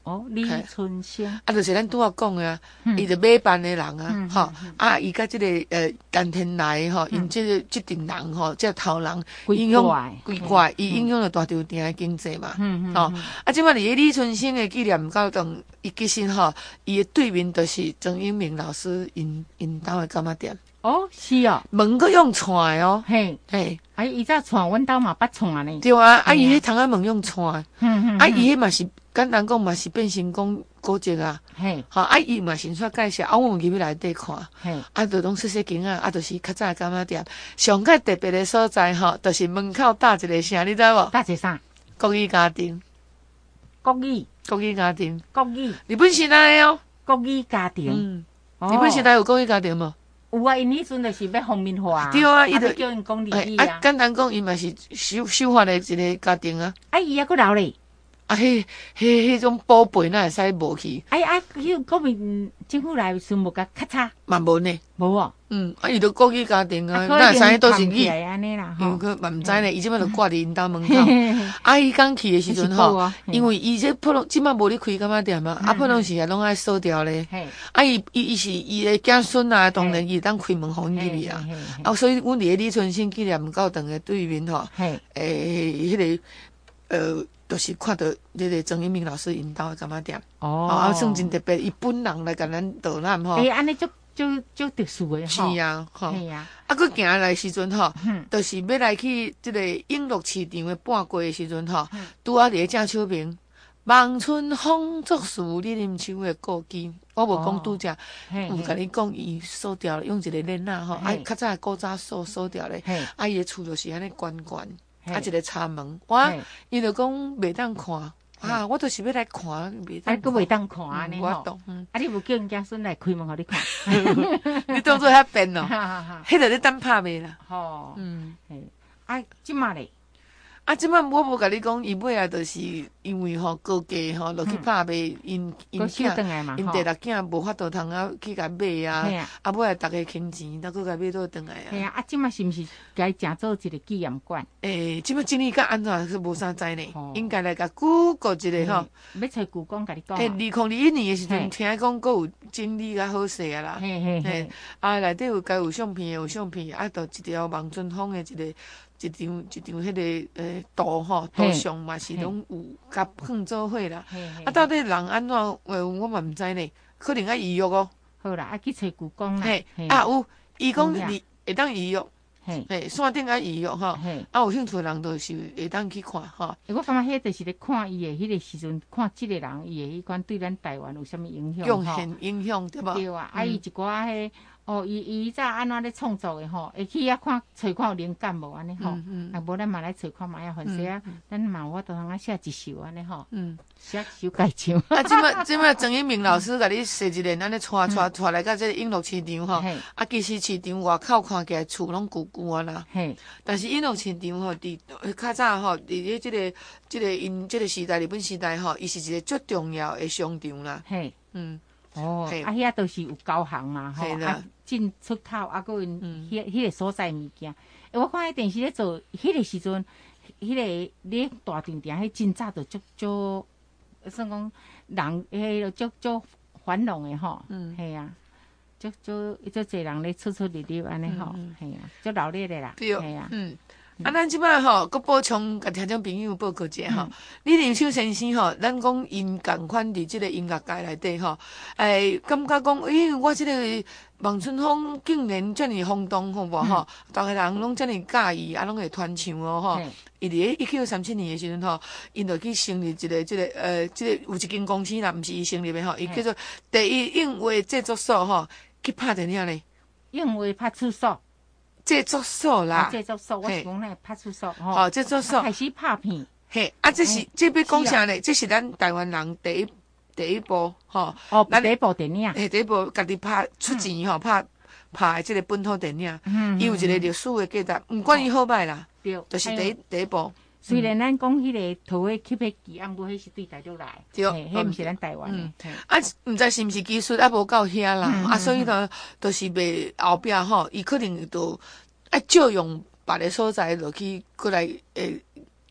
哦，李春生， 啊，就是咱拄仔讲的啊， 嗯伊就买办的人啊嗯， 吼，啊，伊甲即个丹田内吼，因即阵人吼，即头人影响规怪，伊影响了大条店的经济嘛，吼，啊，即摆伫李春生的纪念高中，伊其实吼，伊的对面就是曾英明老师因兜的干妈店， 哦，是哦， 门佫用串的哦， 嘿， 嘿， 啊，伊早传，阮兜嘛捌传呢， 对啊，啊，伊迄窗仔门用串的，啊， 嗯， 伊迄嘛是简单讲嘛是变成讲古迹啊。 嘿， 吼，啊，伊嘛先出介绍，啊，我们入去内底看， 嘿， 啊，就拢细间啊，啊，就是较早的干妈店，上较特别的所在吼，就是门口搭一个啥，你知无？ 搭一啥？ 国语家庭， 国语， 国语家庭， 国语， 日本时代的哦， 国语家庭， 日本时代有国语家庭无？ 有啊，因迄阵就是要方面化， 对啊，伊就叫因讲日语啊， 啊， 简单讲，伊嘛是修法的一个家庭啊， 啊，伊还佫老咧。 啊，迄种宝贝哪会使无去？ 迄国民政府来时无甲咔嚓， 嘛无呢， 无哦， 啊，伊就国语家庭啊，哪会使倒是去？ 安尼啦， 因为佮嘛毋知呢，伊即摆就挂伫因兜门口。 嘿， 啊，伊刚去的时阵吼， 嘿因为伊这普通即摆无咧开干嘛店嘛，啊，普通时啊拢爱锁掉咧。 嘿， 啊，伊是伊的子孙啊，当然伊当开门互因入去啊。啊，所以阮伫咧李春生纪念高堂的对面吼， 嘿， 迄个就是看到迄个曾英明老师因兜的干嘛店， 哦， 啊，算真特别，伊本人来甲咱导览吼。 安尼就特殊的是吼， 啊，吼。 嘿啊， 啊，佮行来时阵吼， 嗯就是要来去即个永乐市场的半过的时阵吼，拄啊伫咧正手边，望春风作事李林秋的故居，我无讲拄则，有甲你讲伊锁掉了，用一个链仔吼，啊，较早古早锁掉咧，啊，伊的厝就是安尼关关，啊，一个插门，哇，伊就讲袂当看。啊，我就是要来看，袂当。 佫袂当看安尼吼， 我懂。 啊，你无叫人家孙来开门互你看， 你当做遐变咯， 哈哈哈， 迄个咧等拍卖啦。 吼， 嘿， 啊，即马咧， 啊，即摆我无甲你讲，伊尾啊，就是因为吼高价吼，落去拍卖，因收转来嘛， 因第六囝无法度通啊去甲买啊，啊尾啊，逐个倾钱，再搁甲买倒转来啊。 系啊，啊，即马是毋是该正做一个纪念馆？ 即摆整理甲安怎是无啥知呢？应该来甲估个一个吼。 要找故宫甲你讲。 2021年的时阵，听讲佫有整理较好势啊啦。 嘿， 啊，内底有该有相片的有相片，啊，就一条望春风的一张迄个图吼，图像嘛是拢有甲放做伙啦。啊，到底人安怎？我嘛毋知呢，可能爱预约哦。 好啦，啊去找故宫啦。 啊有，伊讲你会当预约。 嘿， 线顶爱预约吼。啊，有兴趣的人就是会当去看吼。 我感觉迄就是咧看伊的迄个时阵，看即个人伊的迄款对咱台湾有啥物影响贡献影响对无？ 对啊，啊伊一寡迄。伊早安怎咧创作的吼？会去遐看找看有灵感无安尼吼？啊，无咱嘛来找看嘛，反正啊，咱嘛我都通啊写一首安尼吼。写一首介唱。 啊，即摆曾英明老师甲你说一个，安尼带来到这个永乐市场吼。啊，其实市场外口看起来厝拢旧旧啊啦。但是永乐市场吼，伫较早吼，伫咧即个因即个时代，日本时代吼，伊是一个最重要的商场啦。 啊，遐都是有交行嘛，吼，啊，进出口，啊，佮因迄个所在物件。我看迄电视咧做，迄个时阵，迄个咧大场店，迄真早就足，算讲人迄足繁荣的吼，系啊，足侪人咧出入安尼吼，系啊，足热烈的啦， 系啊， 啊，咱即摆吼，佮补充甲听众朋友报告一下吼。李林秀先生吼，咱讲因共款伫即个音乐界内底吼，感觉讲，我即个望春风竟然遮尔轰动，好无吼？逐个人拢遮尔介意，啊，拢会传唱哦吼。伊伫咧1937年的时阵吼，因就去成立即个有一间公司啦，毋是伊成立的吼，伊叫做第一映画制作所吼，去拍电影咧。 映画拍出所。 制作所啦， 制作所，我是讲咧拍出所吼，制作所开始拍片， 嘿，啊，这要讲啥呢？这是咱台湾人第一部吼， 咱第一部电影， 第一部家己拍出钱吼，拍的这个本土电影，伊有一个历史的价值，毋管伊好歹啦， 对， 就是第一部。 虽然咱讲迄个图的翕迄支，毋过迄是对大陆来， 对， 迄毋是咱台湾的。 啊，毋知是毋是技术啊无到遐啦，啊，所以呢，就是袂后壁吼，伊可能就爱借用别个所在落去过来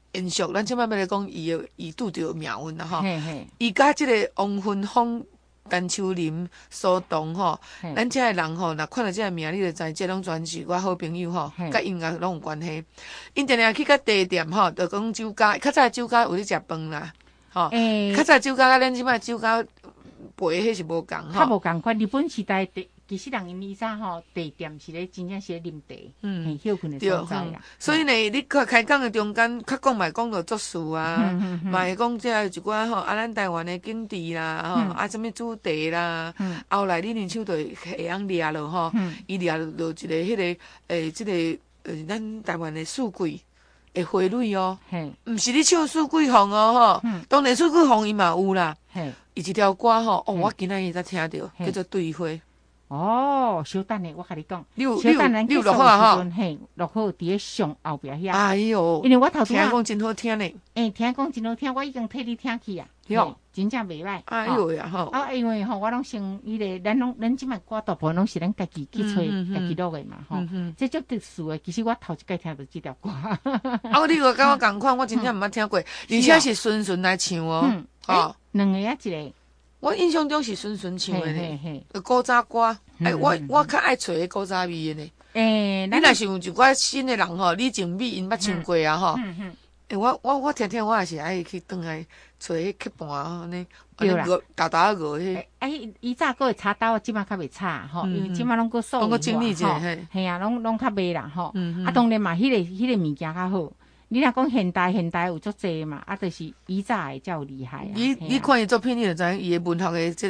延续，咱即摆要来讲伊拄着命运啦吼。 嘿嘿， 伊甲即个王芬芳、陈秋林、苏东吼， 嘿咱遮个人吼，若看到遮个名，你就知这拢全是我好朋友吼嘿， 甲音乐拢有关系。因定定去甲茶店吼，就讲酒家，较早的酒家有咧食饭啦，吼， 诶较早的酒家甲咱即摆酒家陪迄是无共较吼。 无共款，日本时代其实人因以前吼茶店是咧真正是咧啉茶，嘿休困的对， 所在啦。 所以呢，你开讲的中间，较讲嘛讲到作词啊，嘛会讲这一寡吼，咱台湾的景致啦，吼，什么主题啦，后来李林秋就会晓掠落吼，伊掠落一个迄个即个咱台湾的四季的花蕊哦，毋是你唱四季红哦吼，当然四季红伊嘛有啦，伊一条歌吼，我今仔日才听到，叫做对花。 哦，稍等下，我甲你讲， 你有结束落好啊时阵，嘿，落好伫咧上后壁遐。 哎哟， 因为我头拄听讲真好听呢， 听讲真好听，我已经替你听去啊，真正袂歹。 哎哟呀吼， 因为吼，我拢先迄个，咱即摆歌大部分拢是咱家己去吹，家己录的嘛，吼，这足特殊的。其实我头一摆听到这条歌。 你个甲我共款，我真正毋捌听过，而且是顺顺来唱哦，吼。 两个啊，一个。 我印象中是顺顺唱的呢，古早歌。我较爱找迄古早味的呢。你若是有一寡新的人吼，李静美因捌唱过啊吼。我听听，我也是爱去转来找迄曲盘安尼，大大个迄。 伊早个会插刀，即摆较袂插吼，因为即摆拢个数拢个整理者， 嘿啊，拢较袂啦吼。当然嘛，迄个物件较好。你若讲现代有足济嘛，就是以早的才有厉害啊。 你看伊作品，你就知影伊的文学的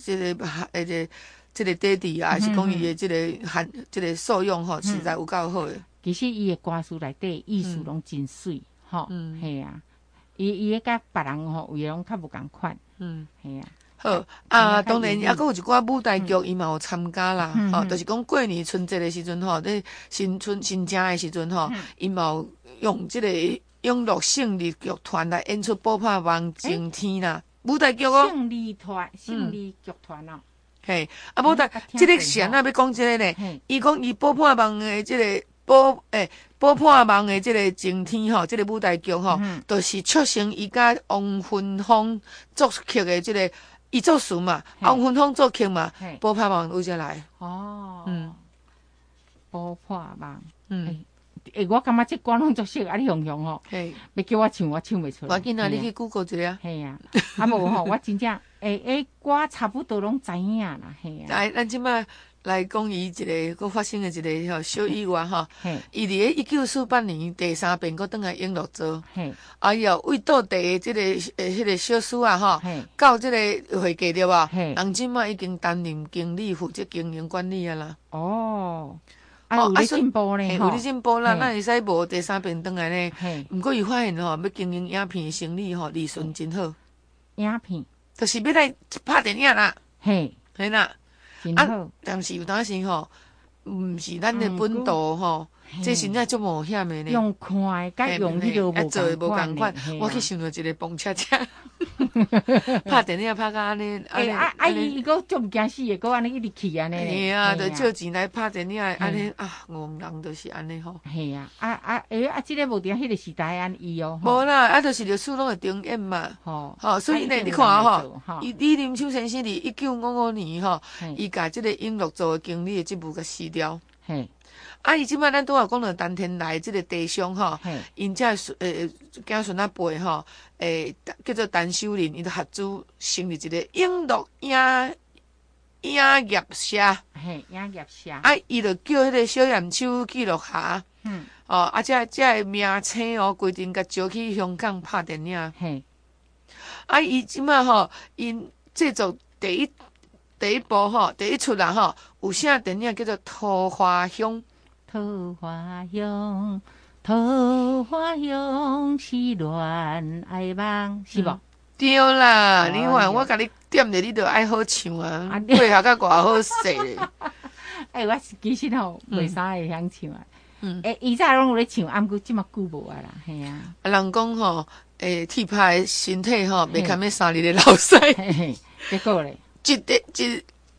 这个底底啊，还是讲伊的这个素养吼，实在有够好的。 其实伊的歌词内底意思拢真水吼，嘿啊，伊甲别人吼有拢较无共款，嘿啊。 好啊，当然，还佫有一寡舞台剧，伊嘛有参加啦。吼，就是讲过年春节的时阵吼，咧新正的时阵吼，伊嘛有用这个永乐胜利剧团来演出《宝珀梦晴天》啦。舞台剧哦，胜利剧团哦。嘿，舞台这个是安那要讲这个呢？伊讲伊《宝珀梦》的这个宝珀梦的这个晴天吼，这个舞台剧吼，就是促成伊甲王芬芳作曲的这个。伊作词嘛，王芬芳作曲嘛，宝珀梦有才来。 哦，宝珀梦，我感觉这歌拢作熟，你雄雄吼，要叫我唱袂出来。 我紧啊，你去 Google 一下。 嘿啊，无吼，我真正歌差不多拢知影啦，嘿啊。 来，咱即摆来讲伊一个发生的一个小意外吼，伊伫1948年第3遍佫转来永乐做，哎哟，为倒地即个迄个小师啊吼，到即个会计对吧？人即摆已经担任经理，负责经营管理啊啦。 哦，有咧进步呢， 有咧进步啦，咱会使无第3遍转来呢。毋过伊发现吼，要经营影片生意吼，利润真好。 影片就是要来拍电影啦，嘿啦。但是有当时吼，毋是咱的本道吼，这真正足冒险的呢。 用看的，甲用迄个无共款。我去想到一个蹦恰恰，拍电影拍到安尼， 伊个足毋惊死的，个安尼一直去安尼。 嘿啊，就借钱来拍电影，安尼啊，戆人就是安尼吼。 嘿啊，即个无伫迄个时代安伊哦。 无啦，就是历史拢会重演嘛。吼，所以呢，你看吼，李林秋先生伫1955年吼，伊甲即个永乐做经理的职务甲辞掉。嘿。伊即摆咱拄仔讲到陈天来即个地商吼，因遮囝孙仔辈吼，叫做陈秀林，伊就合资成立一个永乐影业社。 嘿，影业社。 伊就叫迄个小严手记录下。这个名称哦，规定甲招去香港拍电影。嘿。伊即摆吼，因制作第一部吼，第一出啦吼，有啥电影叫做《桃花香》。 桃花香，桃花香是恋爱梦，是无？ 对啦，你看我甲你点咧，你就爱好唱啊，配合甲偌好势咧。 我其实吼袂啥会晓唱啊。以前拢有咧唱，毋过即马久无啊啦，系啊。 人讲吼，铁拍身体吼，袂堪要3日的老屎。 结果咧，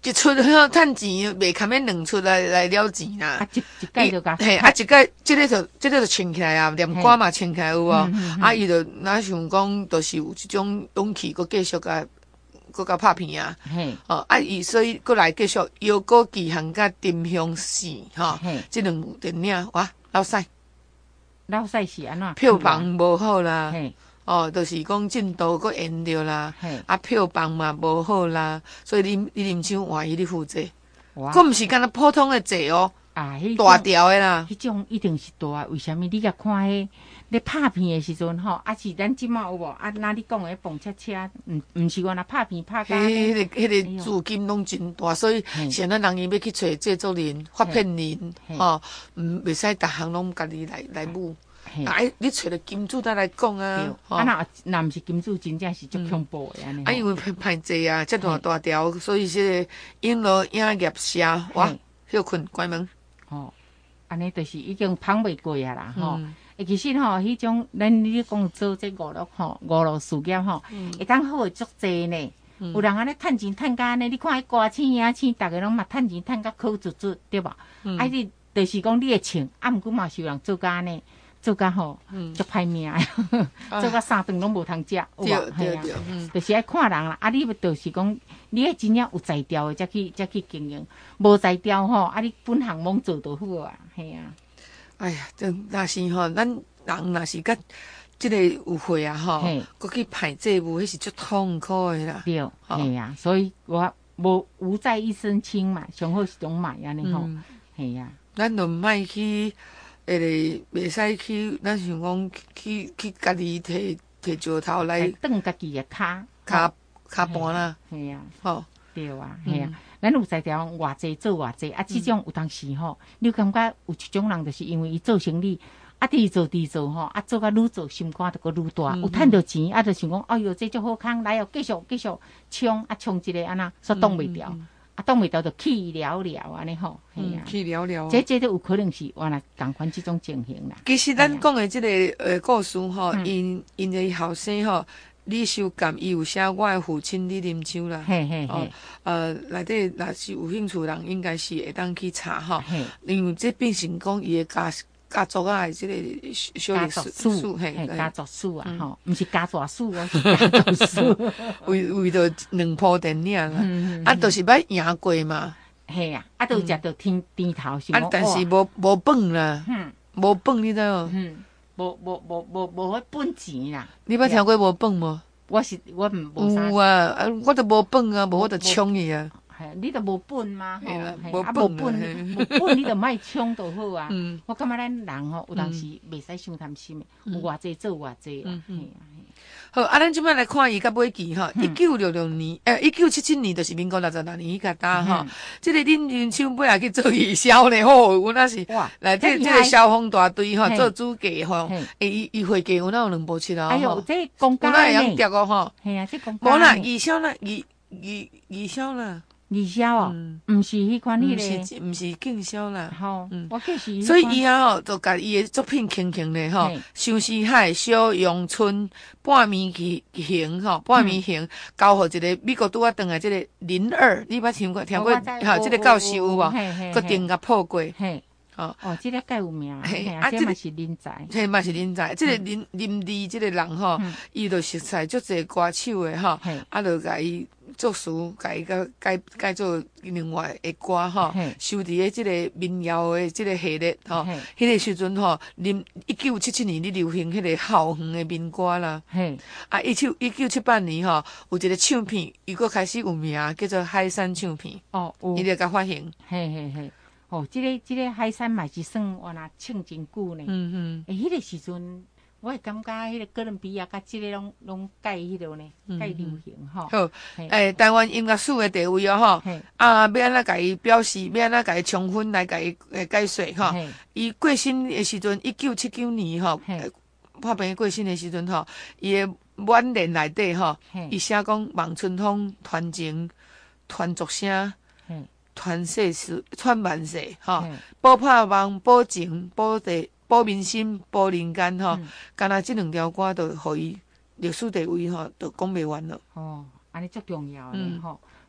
一出吼趁钱，袂堪免两出来了钱啦。 啊，一届就甲嘿，啊，一届即个就穿起来啊，连歌嘛穿起来有无？啊，伊就若想讲，就是有一种勇气，佮继续佮拍片啊。 嘿， 哦，啊，伊所以佮来继续腰果奇行甲丁香四吼，即两部电影哇，老师是安怎？ 票房无好啦。 嘿， 哦，就是讲进度佮延着啦嘿， 啊，票房嘛无好啦，所以你林唱换伊咧负责， 哇佮毋是干那普通的坐哦， 啊，迄大条的啦。 迄种一定是大的，为什么你甲看迄咧拍片的时阵吼，啊是咱即马有无？啊，那你讲的蹦车车，毋是我那拍片拍甲迄个资金拢真大，所以现在人伊要去找制作人、发片人，吼，袂使逐项拢家己来舞。啊，你找着金主才来讲啊， 啊，若毋是金主，真正是足恐怖的安尼。 啊，因为歹济啊，遮大条，所以这个影乐影业社哇，休困关门。 吼，安尼就是已经捧袂过啊啦，吼。其实吼，迄种咱你讲做这娱乐事业吼，会当好足济呢。有人安尼趁钱趁甲安尼，你看迄歌星影星，逐个拢嘛趁钱趁甲口足足，对吧？啊，你就是讲你会穿，啊，毋过嘛是有人做甲安尼。做甲吼，足歹命的，做甲3顿拢无通食，有无？ 对， 就是爱看人啦。啊，你就是讲，你迄真正有才调的，才去经营；无才调吼，啊，你本行罔做就好啊，嘿啊。 哎呀，若是吼，咱人若是甲即个有会啊吼，佮去排这务，迄是足痛苦的啦。 对，嘿啊，所以我无在一身轻嘛，上好是种买安尼吼，嘿啊。 咱就莫去。袂使去，咱想讲去家己摕石头来转家己的骹盘啦， 系啊， 吼， 对啊，系啊，咱有才调偌济做偌济，啊，即种有当时吼，你感觉有一种人就是因为伊做生意，啊，伫做吼，啊，做甲愈做心肝就搁愈大，有趁着钱，啊，就想讲，哎哟，这足好康，来哦，继续冲，啊，冲一个安那，煞挡袂掉。啊，挡袂到就去了安尼吼，嘿啊， 去了， 这都有可能是原来共款即种情形啦。 其实咱讲的即个故事吼，因的后生吼，李修甘伊有写我的父亲李林秋啦， 嘿， 内底若是有兴趣人，应该是会当去查吼，因为这变成讲伊的家族啊，即个小历史， 嘿，家族史啊，吼，毋是家族史哦，是家族史。 为着两部电影啦，啊，都是捌赢过嘛。 嘿啊，啊，都食着甜头是。 啊，但是无饭啦，无饭你知无？ 无迄本钱啦。 你捌听过无饭无？ 我无啥。 有啊，我都无饭啊，无我就冲伊啊。 你都无本吗？ 吼， 无本，你就莫冲就好啊。我感觉咱人吼，有当时袂使伤贪心的，有偌济做偌济啊。 好，啊，咱即摆来看伊到尾期吼，1966年，1977年就是民国66年迄个搭吼，即个林俊秋尾也去做义消呢，吼，有那是内底即个消防大队吼做主计吼，伊会计有哪有2部出啊？ 哎呦，这公家呢？有哪会晓调哦吼？ 系啊，这公家。 无啦，义消啦，义消啦。 义消哦，毋是迄款迄个，毋是警消啦。 吼，我计是。 所以伊吼就甲伊的作品轻轻的吼，相思海、小阳春、半暝行吼，半暝行交互一个美国拄啊转来即个林二，你捌听过吼？即个教授有无？佮定甲破过。 哦，即个介有名，啊，这嘛是人才， 嘿嘛是人才。即个林二即个人吼，伊就熟悉足侪歌手的吼，啊，就甲伊。作词，甲伊改做另外的歌吼，收伫咧即个民谣的即个系列吼，迄个时阵吼，1977年咧流行迄个校园的民歌啦，啊，1978年吼，有一个唱片，伊佫开始有名，叫做海山唱片，伊就甲发行， 哦，即个海山嘛是算哇那唱真久呢，迄个时阵。我会感觉迄个哥伦比亚甲即个拢介迄落呢，介流行吼。 好，台湾音乐史的地位哦吼，啊，要安怎甲伊表示，要安怎甲伊充分来甲伊解说吼。伊过身的时阵，1979年吼，破病过身的时阵吼，伊的晚年内底吼，伊写讲望春风传情，传足声，传世事，传万世吼，保盼望，保情，保地。保民心，保人间吼，干那即2条歌，就互伊历史地位吼，就讲袂完了。 哦，安尼足重要的吼，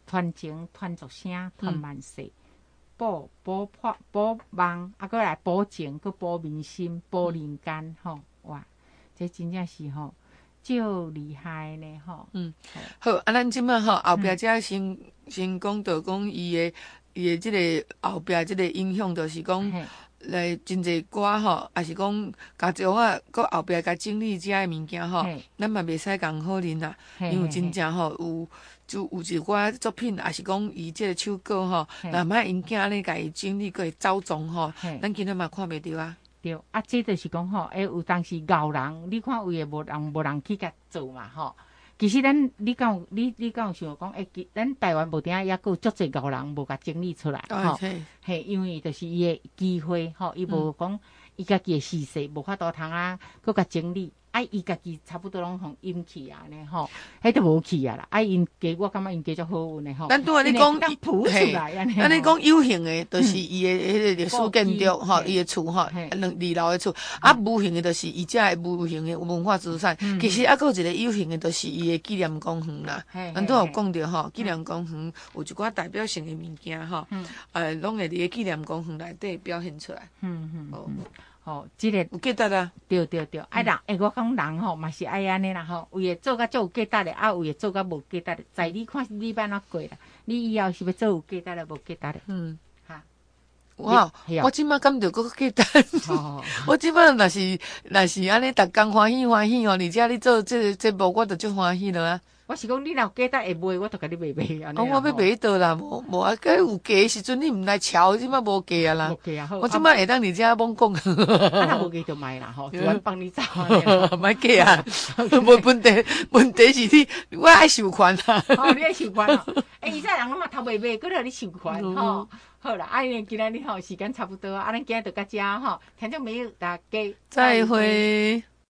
团情、团作声、团万世，保梦，啊，搁来保情，搁保民心，保人间，吼，哇，这真正是吼，就厉害呢，吼。 好，啊，咱即摆吼后壁才先讲到讲伊的即个后壁即个影响，就是讲来真侪歌吼，也是讲家种啊，搁后壁甲整理遮的物件吼，咱嘛袂使共好人啦，因为真正吼有一寡作品，也是讲伊即个手稿吼，若莫因囝咧甲伊整理过走踪吼，咱今仔嘛看袂着啊。 对，啊，这就是讲吼，有当时咬人，你看有诶无人去甲做嘛吼。其实你敢有想讲，咱台湾无定也有足侪咬人无甲整理出来吼，嘿，因为就是伊诶机会吼，伊无讲伊家己诶事势无法度通啊，搁甲整理。伊家己差不多拢互阴去啊呢吼，迄都无去啊啦。因家我感觉因家足好运的吼。 咱拄仔你讲， 咱你讲有形的，就是伊的迄个历史建筑吼，伊的厝吼，二楼的厝。啊，无形的，就是伊遮的无形的文化资产。其实还有一个有形的，就是伊的纪念公园啦。咱都有讲着吼，纪念公园有一寡代表性的物件吼，拢会伫个纪念公园内底表现出来。 吼，即个有价值啊！ 对，人，我讲人吼嘛是爱安尼啦吼，有诶做甲足有价值的，有诶做甲无价值的，在你看你要安怎过啦，你以后是要做有价值的，无价值的。哈， 哇！我即摆感觉搁价值。我即摆若是安尼，逐工欢喜哦，而且你做这个节目，我就足欢喜了啊！ 我是讲，你若有价值会卖，我就甲你卖安尼。 我要卖迄倒啦，无啊，该有价的时阵你毋来瞧，即摆无价啊啦。 无价啊，好。 我即摆会当伫遮猛讲。 啊，若无价就卖啦吼，就阮帮你找。 卖价啊，无问题是你，我爱收款啦。 你爱收款哦。以前人拢嘛头袂卖，搁互你收款吼。好啦，今仔日吼时间差不多，咱今日就到遮吼，听众朋友大家再会。